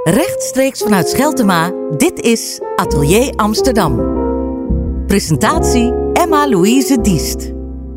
Rechtstreeks vanuit Scheltema, dit is Atelier Amsterdam. Presentatie Emma-Louise Diest.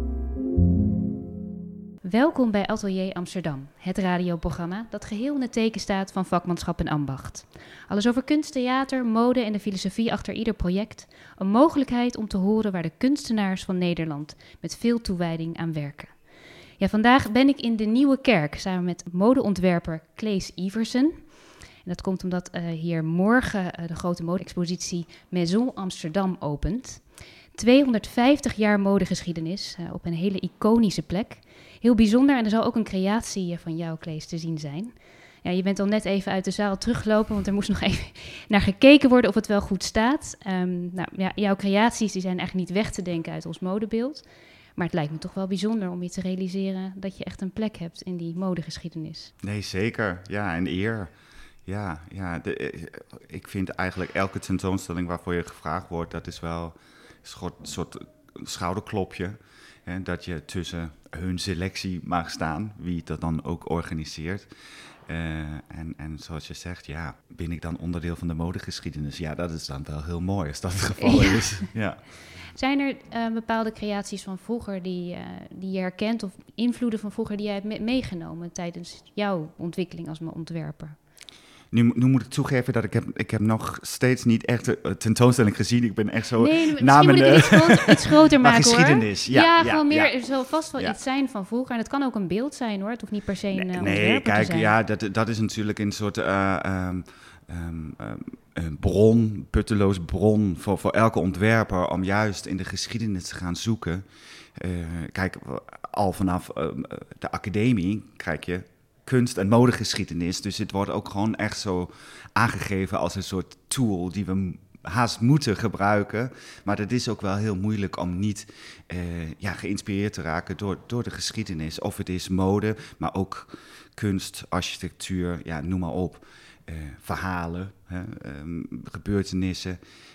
Welkom bij Atelier Amsterdam, het radioprogramma dat geheel in het teken staat van vakmanschap en ambacht. Alles over kunst, theater, mode en de filosofie achter ieder project. Een mogelijkheid om te horen waar de kunstenaars van Nederland met veel toewijding aan werken. Ja, vandaag ben ik in de Nieuwe Kerk samen met modeontwerper Claes Iversen. En dat komt omdat hier morgen de grote mode-expositie Maison Amsterdam opent. 250 jaar modegeschiedenis op een hele iconische plek. Heel bijzonder en er zal ook een creatie van jou, Claes, te zien zijn. Ja, je bent al net even uit de zaal teruggelopen, want er moest nog even naar gekeken worden of het wel goed staat. Jouw creaties die zijn eigenlijk niet weg te denken uit ons modebeeld. Maar het lijkt me toch wel bijzonder om je te realiseren dat je echt een plek hebt in die modegeschiedenis. Nee, zeker. Ja, een eer. Ja, ik vind eigenlijk elke tentoonstelling waarvoor je gevraagd wordt, dat is wel een soort schouderklopje. Hè, dat je tussen hun selectie mag staan, wie dat dan ook organiseert. En zoals je zegt, ja, ben ik dan onderdeel van de modegeschiedenis? Ja, dat is dan wel heel mooi als dat het geval is. Ja. Zijn er bepaalde creaties van vroeger die je herkent of invloeden van vroeger die jij hebt meegenomen tijdens jouw ontwikkeling als ontwerper? Nu moet ik toegeven dat ik heb nog steeds niet echt een tentoonstelling gezien. Ik ben echt zo na mijn... iets groter maken, geschiedenis. Hoor. Ja, gewoon meer. Er zal vast wel iets zijn van vroeger. En het kan ook een beeld zijn, hoor. Het hoeft niet per se een ontwerper te zijn. Ja, dat is natuurlijk een soort een bron, putteloos bron voor elke ontwerper om juist in de geschiedenis te gaan zoeken. Kijk, al vanaf de academie krijg je kunst- en modegeschiedenis. Dus het wordt ook gewoon echt zo aangegeven als een soort tool die we haast moeten gebruiken. Maar dat is ook wel heel moeilijk om niet geïnspireerd te raken door de geschiedenis. Of het is mode, maar ook kunst, architectuur, ja, noem maar op. Verhalen, gebeurtenissen.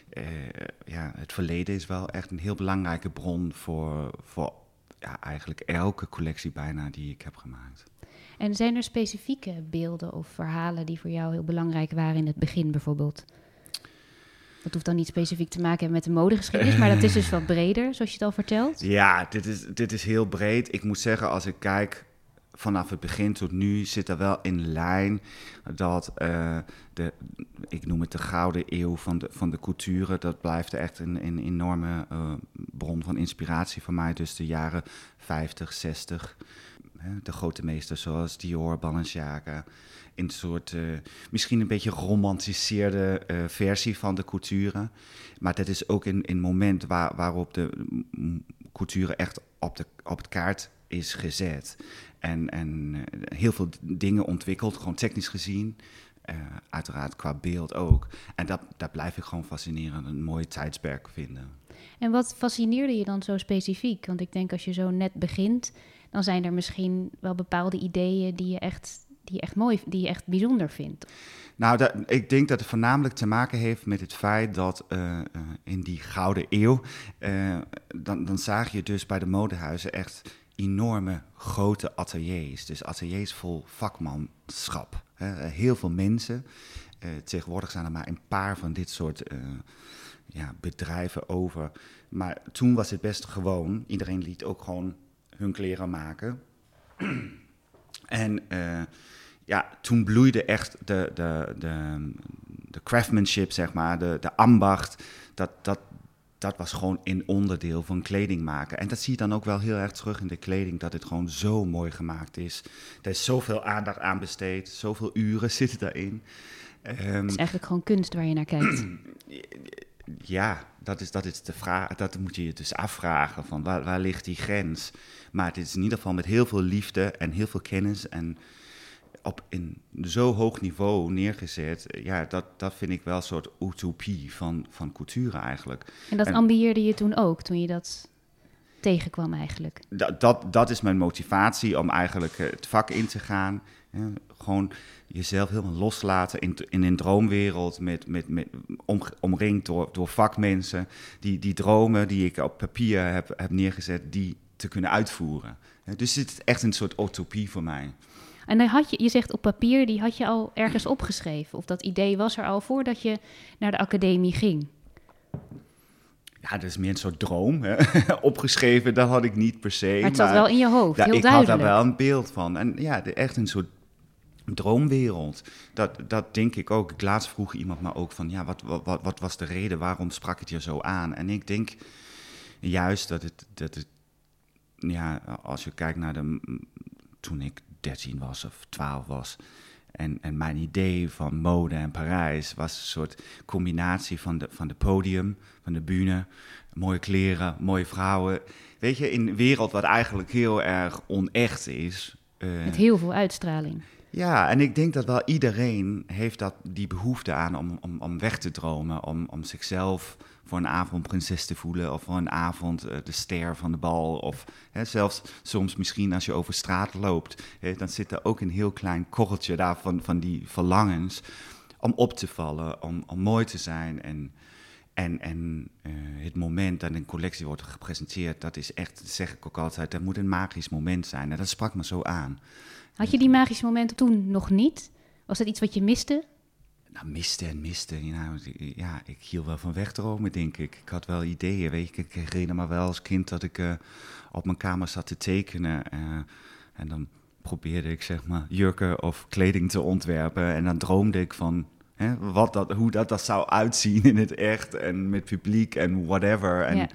Het verleden is wel echt een heel belangrijke bron voor eigenlijk elke collectie bijna die ik heb gemaakt. En zijn er specifieke beelden of verhalen die voor jou heel belangrijk waren in het begin bijvoorbeeld? Dat hoeft dan niet specifiek te maken hebben met de modegeschiedenis, maar dat is dus wat breder, zoals je het al vertelt. Ja, dit is heel breed. Ik moet zeggen, als ik kijk vanaf het begin tot nu, zit er wel in lijn dat ik noem het de gouden eeuw van de couture. Dat blijft echt een enorme bron van inspiratie voor mij. Dus de jaren 50, 60... De grote meesters zoals Dior, Balenciaga, in een soort misschien een beetje geromantiseerde versie van de couture. Maar dat is ook een moment waarop de couture echt op het kaart is gezet. En heel veel dingen ontwikkeld, gewoon technisch gezien. Uiteraard qua beeld ook. En dat blijf ik gewoon fascinerend, een mooi tijdsperk vinden. En wat fascineerde je dan zo specifiek? Want ik denk als je zo net begint, dan zijn er misschien wel bepaalde ideeën die je echt bijzonder vindt. Nou, ik denk dat het voornamelijk te maken heeft met het feit dat in die gouden eeuw, dan zag je dus bij de modehuizen echt enorme grote ateliers. Dus ateliers vol vakmanschap. Heel veel mensen. Tegenwoordig zijn er maar een paar van dit soort bedrijven over. Maar toen was het best gewoon. Iedereen liet ook gewoon hun kleren maken. En toen bloeide echt de craftsmanship, zeg maar, de ambacht. Dat was gewoon een onderdeel van kleding maken. En dat zie je dan ook wel heel erg terug in de kleding, dat het gewoon zo mooi gemaakt is. Er is zoveel aandacht aan besteed, zoveel uren zitten daarin. Het is eigenlijk gewoon kunst waar je naar kijkt. Ja, dat is de vraag. Dat moet je je dus afvragen, van waar ligt die grens? Maar het is in ieder geval met heel veel liefde en heel veel kennis en op een zo hoog niveau neergezet. Ja, dat vind ik wel een soort utopie van couture eigenlijk. En dat ambieerde je toen ook, toen je dat tegenkwam eigenlijk? Dat is mijn motivatie om eigenlijk het vak in te gaan. Ja, gewoon jezelf helemaal loslaten in een droomwereld omringd door vakmensen. Die dromen die ik op papier heb neergezet, die te kunnen uitvoeren. Dus het is echt een soort utopie voor mij. En dan je zegt op papier, die had je al ergens opgeschreven. Of dat idee was er al voordat je naar de academie ging. Ja, dat is meer een soort droom. Hè? Opgeschreven, dat had ik niet per se. Maar het zat wel in je hoofd, heel duidelijk. Ik had daar wel een beeld van. En ja, echt een soort droomwereld. Dat denk ik ook. Laatst vroeg iemand me ook van, ja, wat was de reden? Waarom sprak het je zo aan? En ik denk juist dat het ja, als je kijkt naar toen ik 13 was of 12 was... En mijn idee van mode en Parijs was een soort combinatie van de podium, van de bühne, mooie kleren, mooie vrouwen. Weet je, in een wereld wat eigenlijk heel erg onecht is. Met heel veel uitstraling. Ja, en ik denk dat wel iedereen heeft die behoefte aan om weg te dromen, om zichzelf voor een avond prinses te voelen of voor een avond de ster van de bal. Of zelfs soms misschien als je over straat loopt, dan zit er ook een heel klein korreltje daar van die verlangens om op te vallen, om mooi te zijn. En het moment dat een collectie wordt gepresenteerd, dat is echt, dat zeg ik ook altijd, dat moet een magisch moment zijn. En dat sprak me zo aan. Had je die magische momenten toen nog niet? Was dat iets wat je miste? Nou, miste. Ja, ik hield wel van wegdromen, denk ik. Ik had wel ideeën, weet je. Ik herinner me wel als kind dat ik op mijn kamer zat te tekenen. En dan probeerde ik, zeg maar, jurken of kleding te ontwerpen. En dan droomde ik van hoe dat zou uitzien in het echt. En met publiek en whatever. En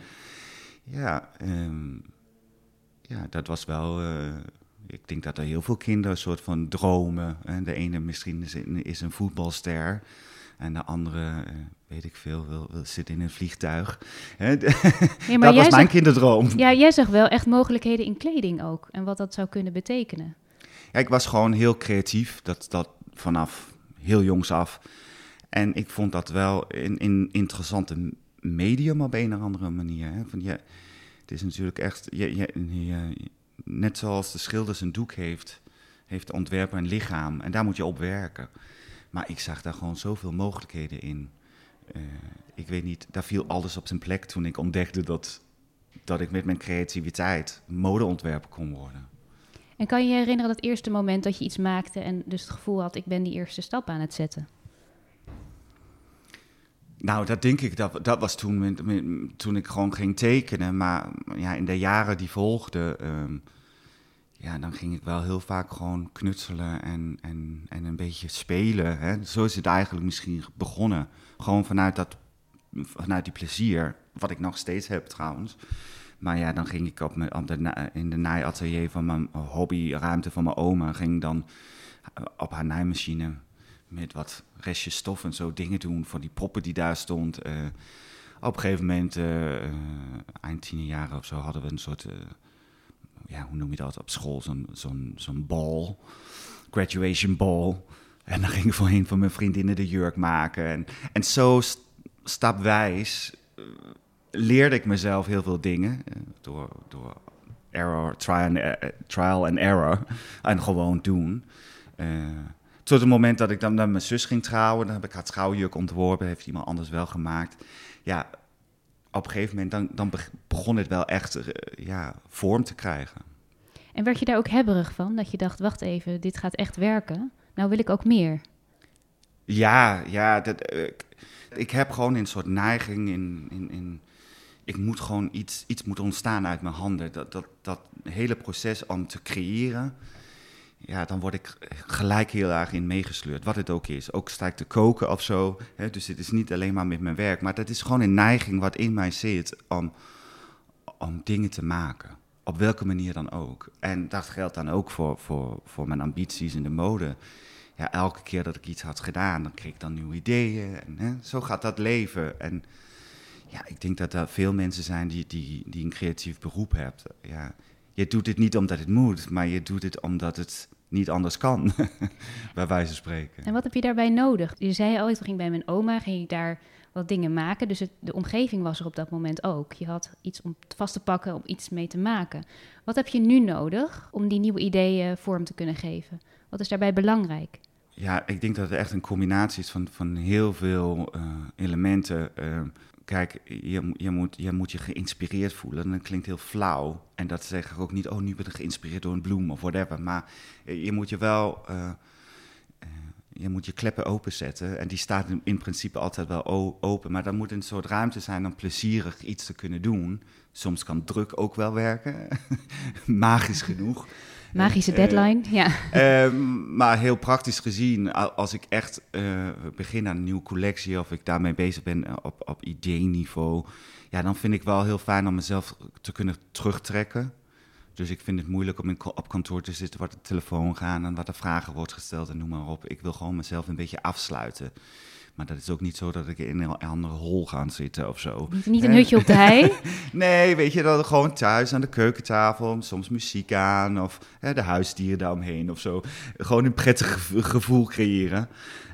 ja, dat was wel... Ik denk dat er heel veel kinderen een soort van dromen. De ene misschien is een voetbalster. En de andere, weet ik veel, wil zitten in een vliegtuig. Dat was mijn kinderdroom. Ja, jij zag wel echt mogelijkheden in kleding ook. En wat dat zou kunnen betekenen. Ja, ik was gewoon heel creatief. Dat vanaf heel jongs af. En ik vond dat wel een interessante medium op een of andere manier. Hè. Het is natuurlijk echt... net zoals de schilder zijn doek heeft de ontwerper een lichaam. En daar moet je op werken. Maar ik zag daar gewoon zoveel mogelijkheden in. Ik weet niet, daar viel alles op zijn plek toen ik ontdekte dat ik met mijn creativiteit modeontwerper kon worden. En kan je je herinneren dat eerste moment dat je iets maakte en dus het gevoel had, ik ben die eerste stap aan het zetten? Nou, dat denk ik, dat was toen ik gewoon ging tekenen. Maar ja, in de jaren die volgden, dan ging ik wel heel vaak gewoon knutselen en een beetje spelen. Hè. Zo is het eigenlijk misschien begonnen. Gewoon vanuit die plezier, wat ik nog steeds heb trouwens. Maar ja, dan ging ik in de naaiatelier van mijn hobbyruimte van mijn oma, ging dan op haar naaimachine met wat restjes stof en zo dingen doen voor die poppen die daar stond. Op een gegeven moment, eind 10 jaar of zo, hadden we een soort, hoe noem je dat op school, zo'n bal, graduation ball. En dan ging ik voor een van mijn vriendinnen de jurk maken. En zo stapwijs leerde ik mezelf heel veel dingen door trial and error en gewoon doen. Tot het moment dat ik dan met mijn zus ging trouwen, dan heb ik haar trouwjurk ontworpen, heeft iemand anders wel gemaakt. Ja, op een gegeven moment dan begon het wel echt vorm te krijgen. En werd je daar ook hebberig van? Dat je dacht, wacht even, dit gaat echt werken. Nou wil ik ook meer. Ja, ik heb gewoon een soort neiging in ik moet gewoon iets moet ontstaan uit mijn handen. Dat hele proces om te creëren, ja, dan word ik gelijk heel erg in meegesleurd, wat het ook is. Ook sta ik te koken of zo, hè, dus het is niet alleen maar met mijn werk, maar dat is gewoon een neiging wat in mij zit om dingen te maken. Op welke manier dan ook. En dat geldt dan ook voor mijn ambities in de mode. Ja, elke keer dat ik iets had gedaan, dan kreeg ik dan nieuwe ideeën. En zo gaat dat leven. En ja, ik denk dat er veel mensen zijn die een creatief beroep hebben. Ja, je doet het niet omdat het moet, maar je doet het omdat het niet anders kan, bij wijze van spreken. En wat heb je daarbij nodig? Je zei al, toen ging bij mijn oma, ging ik daar wat dingen maken. Dus de omgeving was er op dat moment ook. Je had iets om vast te pakken, om iets mee te maken. Wat heb je nu nodig om die nieuwe ideeën vorm te kunnen geven? Wat is daarbij belangrijk? Ja, ik denk dat het echt een combinatie is van heel veel elementen. kijk, je moet je geïnspireerd voelen. En dat klinkt heel flauw. En dat zeg ik ook niet, nu ben ik geïnspireerd door een bloem of whatever. Maar je moet je wel... je moet je kleppen openzetten. En die staat in principe altijd wel open. Maar dan moet een soort ruimte zijn om plezierig iets te kunnen doen. Soms kan druk ook wel werken. Magisch genoeg. Magische deadline, ja. Maar heel praktisch gezien, als ik echt begin aan een nieuwe collectie... of ik daarmee bezig ben op idee-niveau... ja, dan vind ik wel heel fijn om mezelf te kunnen terugtrekken. Dus ik vind het moeilijk om op kantoor te zitten... waar de telefoon gaat en waar de vragen wordt gesteld en noem maar op. Ik wil gewoon mezelf een beetje afsluiten. Maar dat is ook niet zo dat ik in een andere hol ga zitten of zo. Niet een hutje op de hei? Nee, weet je, dat gewoon thuis aan de keukentafel, soms muziek aan of de huisdieren daaromheen of zo. Gewoon een prettig gevoel creëren.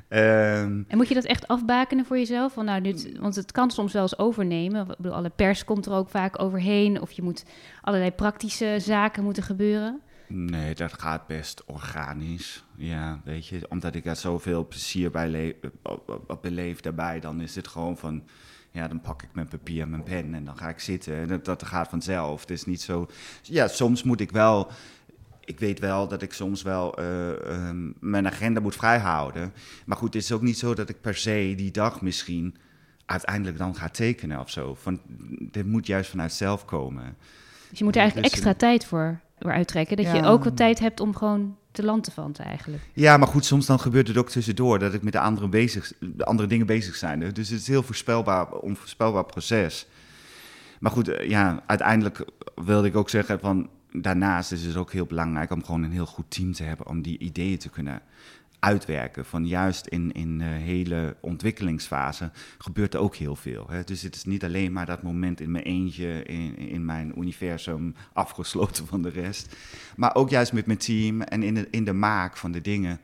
En moet je dat echt afbakenen voor jezelf? Want het kan soms wel eens overnemen. Ik bedoel, alle pers komt er ook vaak overheen. Of je moet allerlei praktische zaken moeten gebeuren. Nee, dat gaat best organisch. Ja, weet je, omdat ik er zoveel plezier bij beleef daarbij, dan is het gewoon van, ja, dan pak ik mijn papier en mijn pen en dan ga ik zitten. En dat gaat vanzelf. Het is niet zo. Ja, soms moet ik wel. Ik weet wel dat ik soms wel mijn agenda moet vrijhouden. Maar goed, het is ook niet zo dat ik per se die dag misschien uiteindelijk dan ga tekenen of zo. Dit moet juist vanuit zelf komen. Dus je moet er eigenlijk extra tijd voor uittrekken. Dat je ook wat tijd hebt om gewoon te lanterfanten eigenlijk. Ja, maar goed, soms dan gebeurt het ook tussendoor dat ik met de andere dingen bezig zijn. Dus het is een heel onvoorspelbaar proces. Maar goed, uiteindelijk wilde ik ook zeggen van, daarnaast is het ook heel belangrijk om gewoon een heel goed team te hebben om die ideeën te kunnen uitwerken. Van juist in de hele ontwikkelingsfase gebeurt er ook heel veel. Hè? Dus het is niet alleen maar dat moment in mijn eentje, in mijn universum, afgesloten van de rest. Maar ook juist met mijn team en in de maak van de dingen.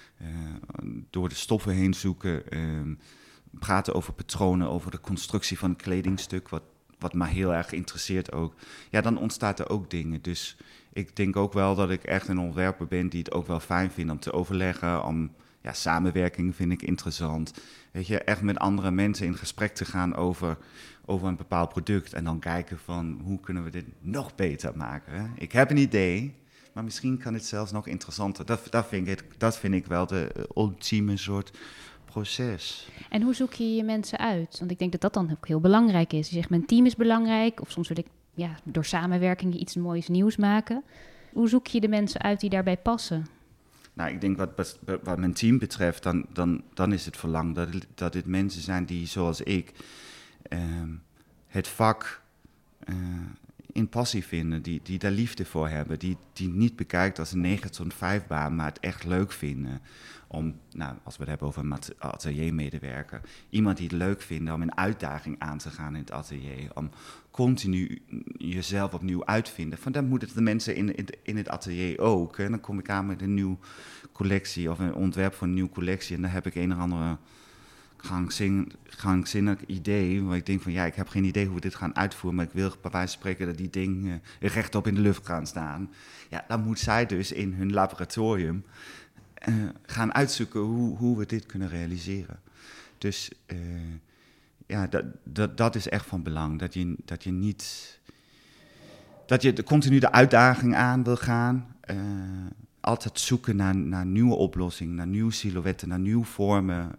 Door de stoffen heen zoeken, praten over patronen, over de constructie van een kledingstuk, wat me heel erg interesseert ook. Ja, dan ontstaat er ook dingen. Dus ik denk ook wel dat ik echt een ontwerper ben die het ook wel fijn vindt om te overleggen. Samenwerking vind ik interessant. Weet je, echt met andere mensen in gesprek te gaan over een bepaald product. En dan kijken van, hoe kunnen we dit nog beter maken? Hè? Ik heb een idee, maar misschien kan het zelfs nog interessanter. Dat vind ik wel de ultieme soort proces. En hoe zoek je je mensen uit? Want ik denk dat dat dan ook heel belangrijk is. Je zegt, mijn team is belangrijk. Of soms wil ik door samenwerking iets moois nieuws maken. Hoe zoek je de mensen uit die daarbij passen? Nou, ik denk wat mijn team betreft, dan is het verlang dat dit mensen zijn die, zoals ik, het vak in passie vinden, die daar liefde voor hebben, die niet bekijkt als een 9-tot-5-baan, maar het echt leuk vinden om, als we het hebben over een ateliermedewerker, iemand die het leuk vindt om een uitdaging aan te gaan in het atelier, om continu jezelf opnieuw uitvinden. Van dan moeten de mensen in het atelier ook. En dan kom ik aan met een nieuwe collectie of een ontwerp voor een nieuwe collectie en dan heb ik een of andere krankzinnig idee, waar ik denk van, ik heb geen idee hoe we dit gaan uitvoeren, maar ik wil bij wijze van spreken dat die dingen rechtop in de lucht gaan staan. Ja, dan moet zij dus in hun laboratorium gaan uitzoeken hoe we dit kunnen realiseren. Dus dat is echt van belang, dat je continu de uitdaging aan wil gaan, altijd zoeken naar nieuwe oplossingen, naar nieuwe silhouetten, naar nieuwe vormen.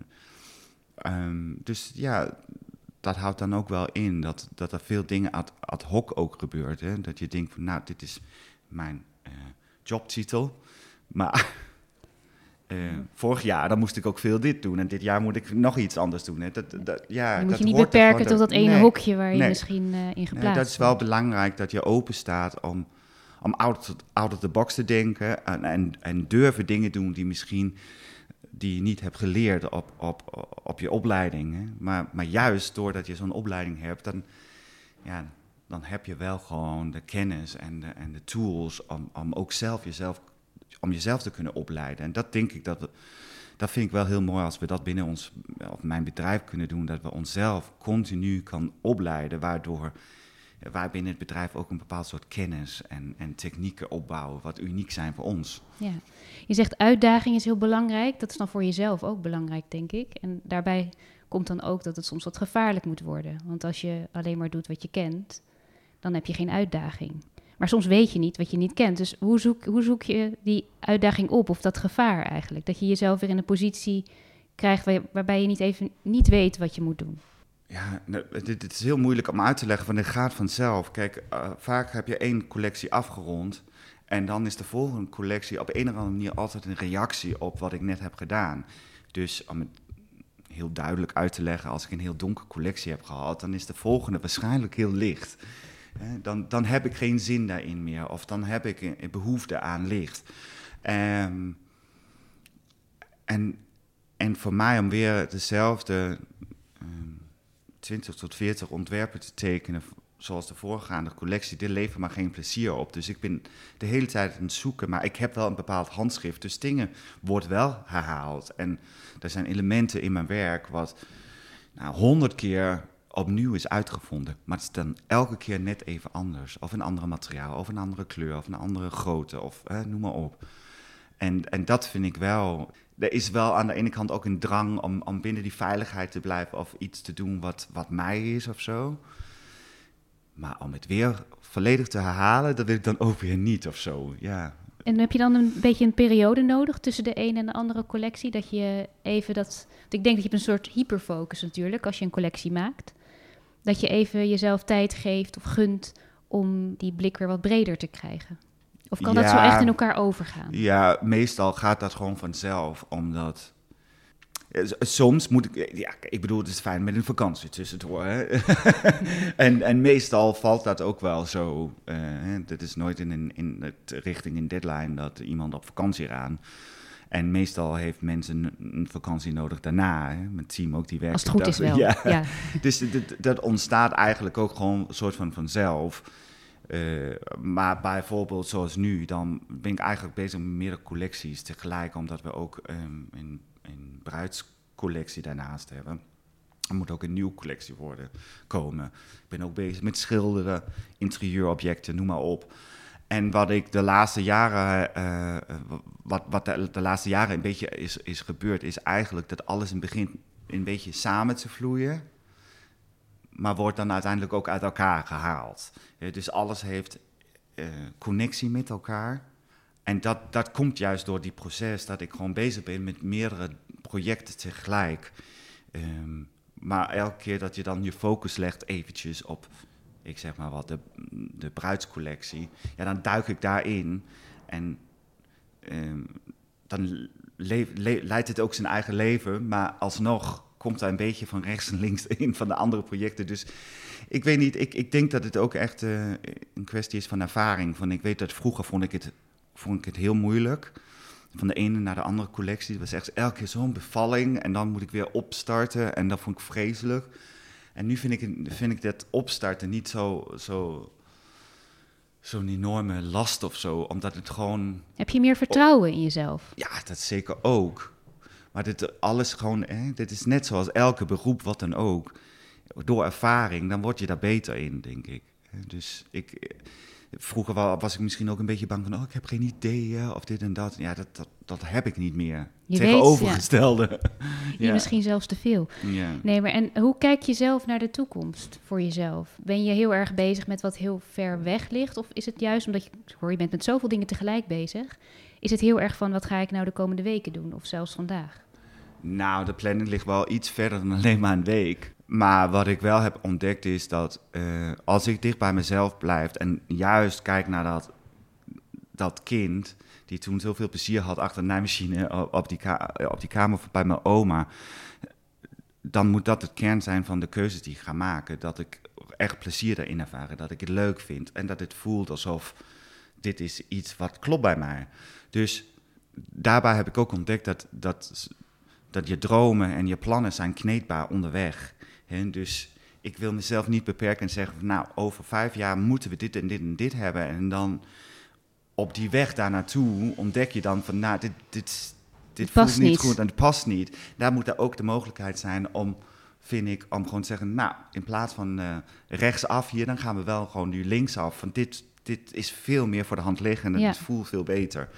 Dus dat houdt dan ook wel in dat er veel dingen ad hoc ook gebeurt. Hè? Dat je denkt van, dit is mijn jobtitel. Maar vorig jaar dan moest ik ook veel dit doen. En dit jaar moet ik nog iets anders doen. Hè? Je moet je niet beperken tot dat ene hokje waar je misschien in geplaatst dat is wel belangrijk dat je open staat om out of the box te denken. En durven dingen doen die je niet hebt geleerd op je opleiding. Hè? Maar juist doordat je zo'n opleiding hebt, dan heb je wel gewoon de kennis en de tools om ook jezelf te kunnen opleiden. En dat denk ik dat vind ik wel heel mooi als we dat binnen mijn bedrijf kunnen doen, dat we onszelf continu kan opleiden, waardoor wij binnen het bedrijf ook een bepaald soort kennis en technieken opbouwen wat uniek zijn voor ons. Ja. Je zegt uitdaging is heel belangrijk. Dat is dan voor jezelf ook belangrijk, denk ik. En daarbij komt dan ook dat het soms wat gevaarlijk moet worden. Want als je alleen maar doet wat je kent, dan heb je geen uitdaging. Maar soms weet je niet wat je niet kent. Dus hoe zoek je die uitdaging op of dat gevaar eigenlijk? Dat je jezelf weer in een positie krijgt waarbij je niet weet wat je moet doen. Ja, dit is heel moeilijk om uit te leggen, want het gaat vanzelf. Kijk, vaak heb je 1 collectie afgerond en dan is de volgende collectie op een of andere manier altijd een reactie op wat ik net heb gedaan. Dus om het heel duidelijk uit te leggen, als ik een heel donkere collectie heb gehad, dan is de volgende waarschijnlijk heel licht. Dan heb ik geen zin daarin meer, of dan heb ik een behoefte aan licht. En voor mij om weer dezelfde 20 tot 40 ontwerpen te tekenen, zoals de voorgaande collectie, dit levert maar geen plezier op. Dus ik ben de hele tijd aan het zoeken, maar ik heb wel een bepaald handschrift. Dus dingen worden wel herhaald. En er zijn elementen in mijn werk wat 100 keer opnieuw is uitgevonden. Maar het is dan elke keer net even anders. Of een ander materiaal, of een andere kleur, of een andere grootte, of noem maar op. En dat vind ik wel. Er is wel aan de ene kant ook een drang om binnen die veiligheid te blijven of iets te doen wat mij is of zo. Maar om het weer volledig te herhalen, dat wil ik dan ook weer niet of zo, ja. En heb je dan een beetje een periode nodig tussen de ene en de andere collectie? Dat je even dat... Ik denk dat je hebt een soort hyperfocus natuurlijk als je een collectie maakt. Dat je even jezelf tijd geeft of gunt om die blik weer wat breder te krijgen. Of kan dat zo echt in elkaar overgaan? Ja, meestal gaat dat gewoon vanzelf, omdat... Soms moet ik... Ja, ik bedoel, het is fijn met een vakantie tussendoor. Hè? en meestal valt dat ook wel zo. Het is nooit in het richting een deadline dat iemand op vakantie gaat. En meestal heeft mensen een vakantie nodig daarna. Hè? Mijn team ook, die werkt... Als het goed is wel. Ja. Dus dat ontstaat eigenlijk ook gewoon een soort van vanzelf. Maar bijvoorbeeld zoals nu, dan ben ik eigenlijk bezig met meerdere collecties tegelijk, omdat we ook een bruidscollectie daarnaast hebben. Er moet ook een nieuwe collectie komen. Ik ben ook bezig met schilderen, interieuropjecten, noem maar op. En wat ik de laatste jaren, de laatste jaren een beetje is gebeurd, is eigenlijk dat alles in het begin een beetje samen te vloeien, maar wordt dan uiteindelijk ook uit elkaar gehaald. Dus alles heeft connectie met elkaar. En dat komt juist door die proces dat ik gewoon bezig ben met meerdere projecten tegelijk. Maar elke keer dat je dan je focus legt eventjes op, ik zeg maar wat, de bruidscollectie, ja, dan duik ik daarin. En dan leidt het ook zijn eigen leven, maar alsnog komt daar een beetje van rechts en links in van de andere projecten. Dus ik weet niet, ik denk dat het ook echt een kwestie is van ervaring. Ik weet dat vroeger vond ik het heel moeilijk. Van de ene naar de andere collectie. Het was echt elke keer zo'n bevalling. En dan moet ik weer opstarten. En dat vond ik vreselijk. En nu vind ik dat opstarten niet zo'n enorme last of zo. Omdat het gewoon... Heb je meer vertrouwen in jezelf? Ja, dat zeker ook. Maar dit is net zoals elke beroep, wat dan ook. Door ervaring, dan word je daar beter in, denk ik. Dus vroeger was ik misschien ook een beetje bang van, ik heb geen idee, of dit en dat. Ja, dat heb ik niet meer. Tegenovergestelde. Ja. Misschien zelfs te veel. Ja. Nee, maar en hoe kijk je zelf naar de toekomst voor jezelf? Ben je heel erg bezig met wat heel ver weg ligt? Of is het juist omdat je bent met zoveel dingen tegelijk bezig? Is het heel erg van, wat ga ik nou de komende weken doen? Of zelfs vandaag? Nou, de planning ligt wel iets verder dan alleen maar een week. Maar wat ik wel heb ontdekt is dat als ik dicht bij mezelf blijf en juist kijk naar dat kind die toen zoveel plezier had achter de naaimachine op die kamer bij mijn oma, dan moet dat het kern zijn van de keuzes die ik ga maken. Dat ik echt plezier daarin ervaren, dat ik het leuk vind en dat het voelt alsof dit is iets wat klopt bij mij. Dus daarbij heb ik ook ontdekt dat je dromen en je plannen zijn kneedbaar onderweg. He, dus ik wil mezelf niet beperken en zeggen, nou, over 5 jaar moeten we dit en dit en dit hebben. En dan op die weg daar naartoe ontdek je dan van, nou, dit voelt niet goed en het past niet. Daar moet er ook de mogelijkheid zijn om gewoon te zeggen, nou, in plaats van rechtsaf hier, dan gaan we wel gewoon nu linksaf. Want dit is veel meer voor de hand liggen en het voelt veel beter.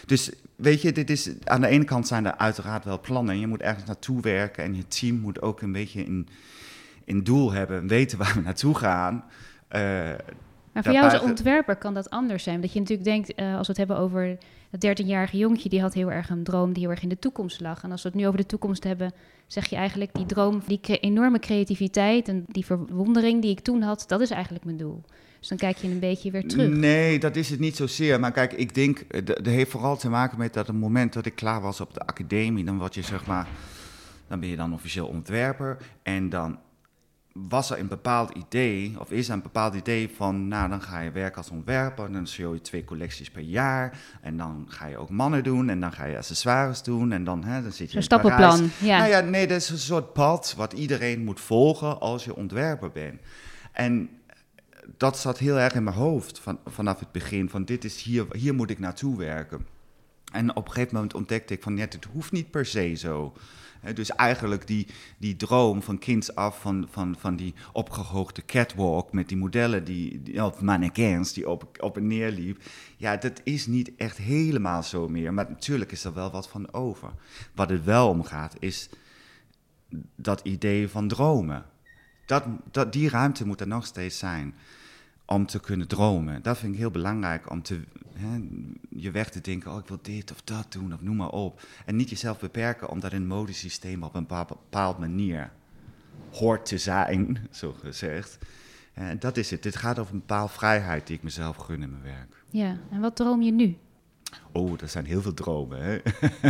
Dus weet je, dit is, aan de ene kant zijn er uiteraard wel plannen. Je moet ergens naartoe werken en je team moet ook een beetje in doel hebben, weten waar we naartoe gaan. Maar voor jou als ontwerper kan dat anders zijn. Dat je natuurlijk denkt, als we het hebben over dat 13-jarige jongetje, die had heel erg een droom die heel erg in de toekomst lag. En als we het nu over de toekomst hebben, zeg je eigenlijk die droom, die enorme creativiteit en die verwondering die ik toen had, dat is eigenlijk mijn doel. Dus dan kijk je een beetje weer terug. Nee, dat is het niet zozeer. Maar kijk, ik denk, dat heeft vooral te maken met dat het moment dat ik klaar was op de academie, dan word je zeg maar, dan ben je dan officieel ontwerper en dan was er een bepaald idee, of is er een bepaald idee van, nou, dan ga je werken als ontwerper, en dan show je 2 collecties per jaar, en dan ga je ook mannen doen, en dan ga je accessoires doen, en dan, dan zit je in stappenplan, Parijs. ja. Nou ja, nee, dat is een soort pad wat iedereen moet volgen als je ontwerper bent. En dat zat heel erg in mijn hoofd vanaf het begin, van dit is hier moet ik naartoe werken. En op een gegeven moment ontdekte ik van, ja, het hoeft niet per se zo. Dus eigenlijk die droom van kinds af, van die opgehoogde catwalk met die modellen, of mannequins die op en neer liep. Ja, dat is niet echt helemaal zo meer. Maar natuurlijk is er wel wat van over. Wat het wel om gaat, is dat idee van dromen. Die ruimte moet er nog steeds zijn om te kunnen dromen. Dat vind ik heel belangrijk, om je weg te denken, ik wil dit of dat doen, of noem maar op. En niet jezelf beperken, omdat een modesysteem op een bepaalde manier hoort te zijn, zo gezegd. En dat is het. Dit gaat over een bepaalde vrijheid die ik mezelf gun in mijn werk. Ja, en wat droom je nu? Oh, er zijn heel veel dromen, hè.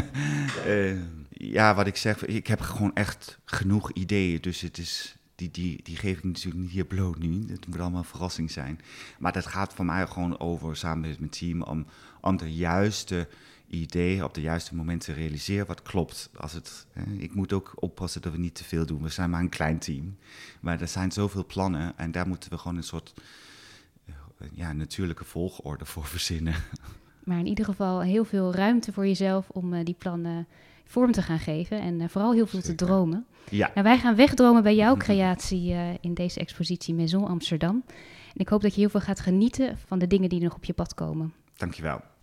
Ja, wat ik zeg, ik heb gewoon echt genoeg ideeën, dus het is... Die geef ik natuurlijk niet hier bloot nu. Het moet allemaal een verrassing zijn. Maar dat gaat voor mij gewoon over, samen met mijn team, om de juiste idee op de juiste moment te realiseren wat klopt. Ik moet ook oppassen dat we niet te veel doen. We zijn maar een klein team. Maar er zijn zoveel plannen en daar moeten we gewoon een soort natuurlijke volgorde voor verzinnen. Maar in ieder geval heel veel ruimte voor jezelf om die plannen vorm te gaan geven en vooral heel veel te dromen. Ja. Nou, wij gaan wegdromen bij jouw creatie in deze expositie Maison Amsterdam. En ik hoop dat je heel veel gaat genieten van de dingen die nog op je pad komen. Dankjewel.